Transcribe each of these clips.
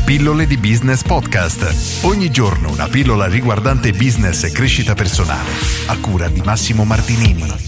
Pillole di Business Podcast. Ogni giorno una pillola riguardante business e crescita personale. A cura di Massimo Martinini.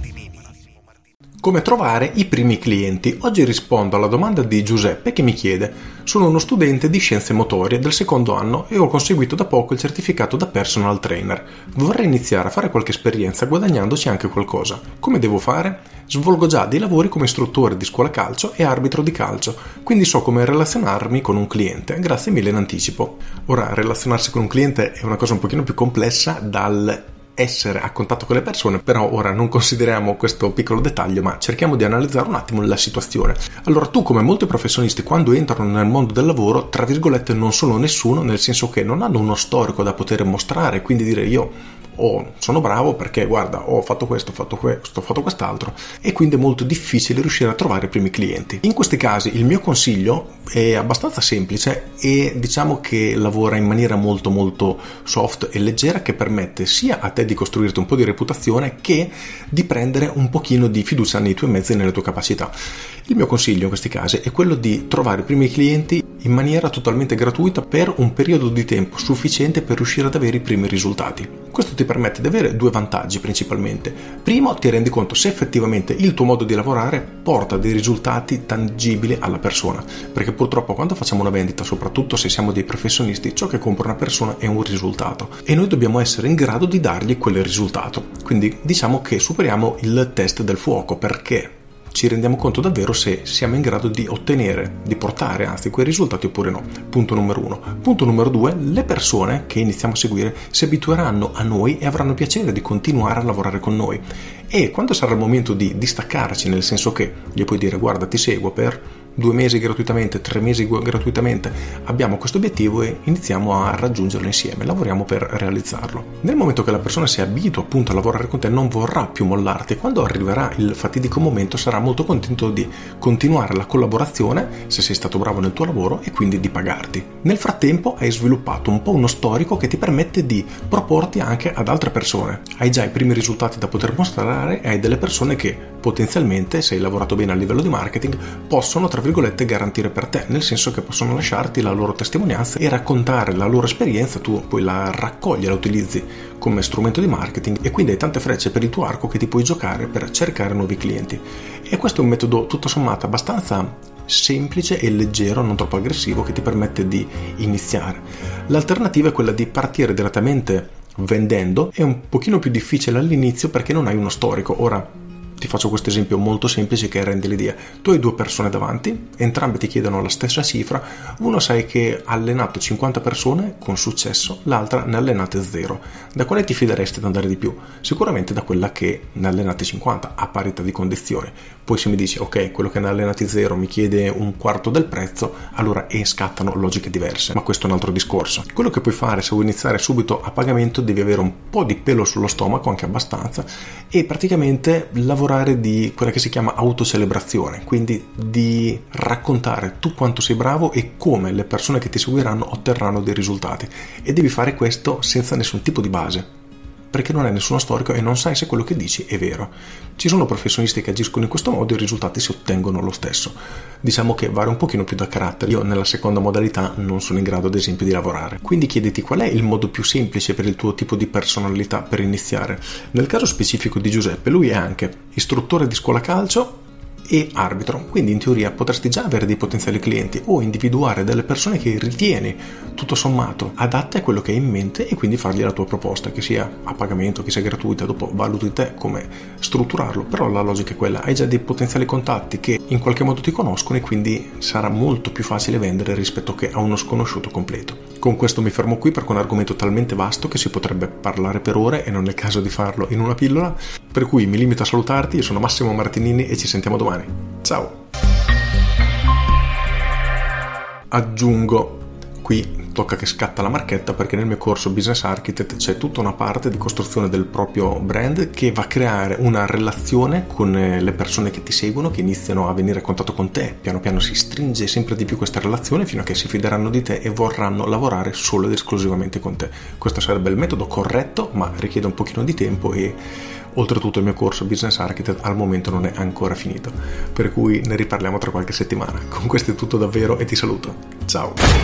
Come trovare i primi clienti? Oggi rispondo alla domanda di Giuseppe che mi chiede: sono uno studente di scienze motorie del secondo anno e ho conseguito da poco il certificato da personal trainer. Vorrei iniziare a fare qualche esperienza guadagnandoci anche qualcosa. Come devo fare? Svolgo già dei lavori come istruttore di scuola calcio e arbitro di calcio, quindi so come relazionarmi con un cliente. Grazie mille in anticipo. Ora, relazionarsi con un cliente è una cosa un pochino più complessa dal essere a contatto con le persone, però ora non consideriamo questo piccolo dettaglio, ma cerchiamo di analizzare un attimo la situazione. Allora, tu, come molti professionisti, quando entrano nel mondo del lavoro, tra virgolette, non sono nessuno, nel senso che non hanno uno storico da poter mostrare, quindi dire io sono bravo perché guarda, ho fatto questo, ho fatto quest'altro, e quindi è molto difficile riuscire a trovare i primi clienti. In questi casi il mio consiglio è abbastanza semplice e diciamo che lavora in maniera molto molto soft e leggera, che permette sia a te di costruirti un po' di reputazione che di prendere un pochino di fiducia nei tuoi mezzi e nelle tue capacità. Il mio consiglio in questi casi è quello di trovare i primi clienti in maniera totalmente gratuita per un periodo di tempo sufficiente per riuscire ad avere i primi risultati. Questo ti permette di avere due vantaggi principalmente. Primo, ti rendi conto se effettivamente il tuo modo di lavorare porta dei risultati tangibili alla persona, perché purtroppo quando facciamo una vendita, soprattutto se siamo dei professionisti, ciò che compra una persona è un risultato e noi dobbiamo essere in grado di dargli quel risultato. Quindi diciamo che superiamo il test del fuoco, perché ci rendiamo conto davvero se siamo in grado di ottenere, di portare anzi quei risultati oppure no. Punto numero 1. Punto numero 2, le persone che iniziamo a seguire si abitueranno a noi e avranno piacere di continuare a lavorare con noi. E quando sarà il momento di distaccarci, nel senso che gli puoi dire guarda, ti seguo per 2 mesi gratuitamente, 3 mesi gratuitamente, abbiamo questo obiettivo e iniziamo a raggiungerlo insieme, lavoriamo per realizzarlo. Nel momento che la persona si abitua appunto a lavorare con te, non vorrà più mollarti, e quando arriverà il fatidico momento sarà molto contento di continuare la collaborazione se sei stato bravo nel tuo lavoro e quindi di pagarti. Nel frattempo hai sviluppato un po' uno storico che ti permette di proporti anche ad altre persone. Hai già i primi risultati da poter mostrare e hai delle persone che potenzialmente, se hai lavorato bene a livello di marketing, possono tra virgolette garantire per te, nel senso che possono lasciarti la loro testimonianza e raccontare la loro esperienza. Tu poi la raccogli e la utilizzi come strumento di marketing e quindi hai tante frecce per il tuo arco che ti puoi giocare per cercare nuovi clienti. E questo è un metodo tutto sommato abbastanza semplice e leggero, non troppo aggressivo, che ti permette di iniziare. L'alternativa è quella di partire direttamente vendendo. È un pochino più difficile all'inizio perché non hai uno storico. Ora ti faccio questo esempio molto semplice che rende l'idea. Tu hai 2 persone davanti, entrambe ti chiedono la stessa cifra, uno sai che ha allenato 50 persone con successo, l'altra ne ha allenate 0. Da quale ti fideresti ad andare di più? Sicuramente da quella che ne ha allenate 50 a parità di condizioni. Poi se mi dici ok, quello che ne ha allenati 0 mi chiede un quarto del prezzo, allora scattano logiche diverse, ma questo è un altro discorso. Quello che puoi fare se vuoi iniziare subito a pagamento, devi avere un po' di pelo sullo stomaco, anche abbastanza, e praticamente lavorare di quella che si chiama autocelebrazione, quindi di raccontare tu quanto sei bravo e come le persone che ti seguiranno otterranno dei risultati, e devi fare questo senza nessun tipo di base, perché non hai nessuno storico e non sai se quello che dici è vero. Ci sono professionisti che agiscono in questo modo e i risultati si ottengono lo stesso. Diciamo che varia un pochino più da carattere. Io nella seconda modalità non sono in grado ad esempio di lavorare. Quindi chiediti qual è il modo più semplice per il tuo tipo di personalità per iniziare. Nel caso specifico di Giuseppe, lui è anche istruttore di scuola calcio e arbitro, quindi in teoria potresti già avere dei potenziali clienti o individuare delle persone che ritieni tutto sommato adatte a quello che hai in mente e quindi fargli la tua proposta, che sia a pagamento, che sia gratuita. Dopo valuti te come strutturarlo, però la logica è quella: hai già dei potenziali contatti che in qualche modo ti conoscono e quindi sarà molto più facile vendere rispetto che a uno sconosciuto completo. Con questo mi fermo qui perché è un argomento talmente vasto che si potrebbe parlare per ore e non è il caso di farlo in una pillola, per cui mi limito a salutarti. Io sono Massimo Martinini e ci sentiamo domani. Ciao! Aggiungo, qui tocca che scatta la marchetta, perché nel mio corso Business Architect c'è tutta una parte di costruzione del proprio brand che va a creare una relazione con le persone che ti seguono, che iniziano a venire a contatto con te. Piano piano si stringe sempre di più questa relazione fino a che si fideranno di te e vorranno lavorare solo ed esclusivamente con te. Questo sarebbe il metodo corretto, ma richiede un pochino di tempo e oltretutto il mio corso Business Architect al momento non è ancora finito, per cui ne riparliamo tra qualche settimana. Con questo è tutto davvero e ti saluto. Ciao!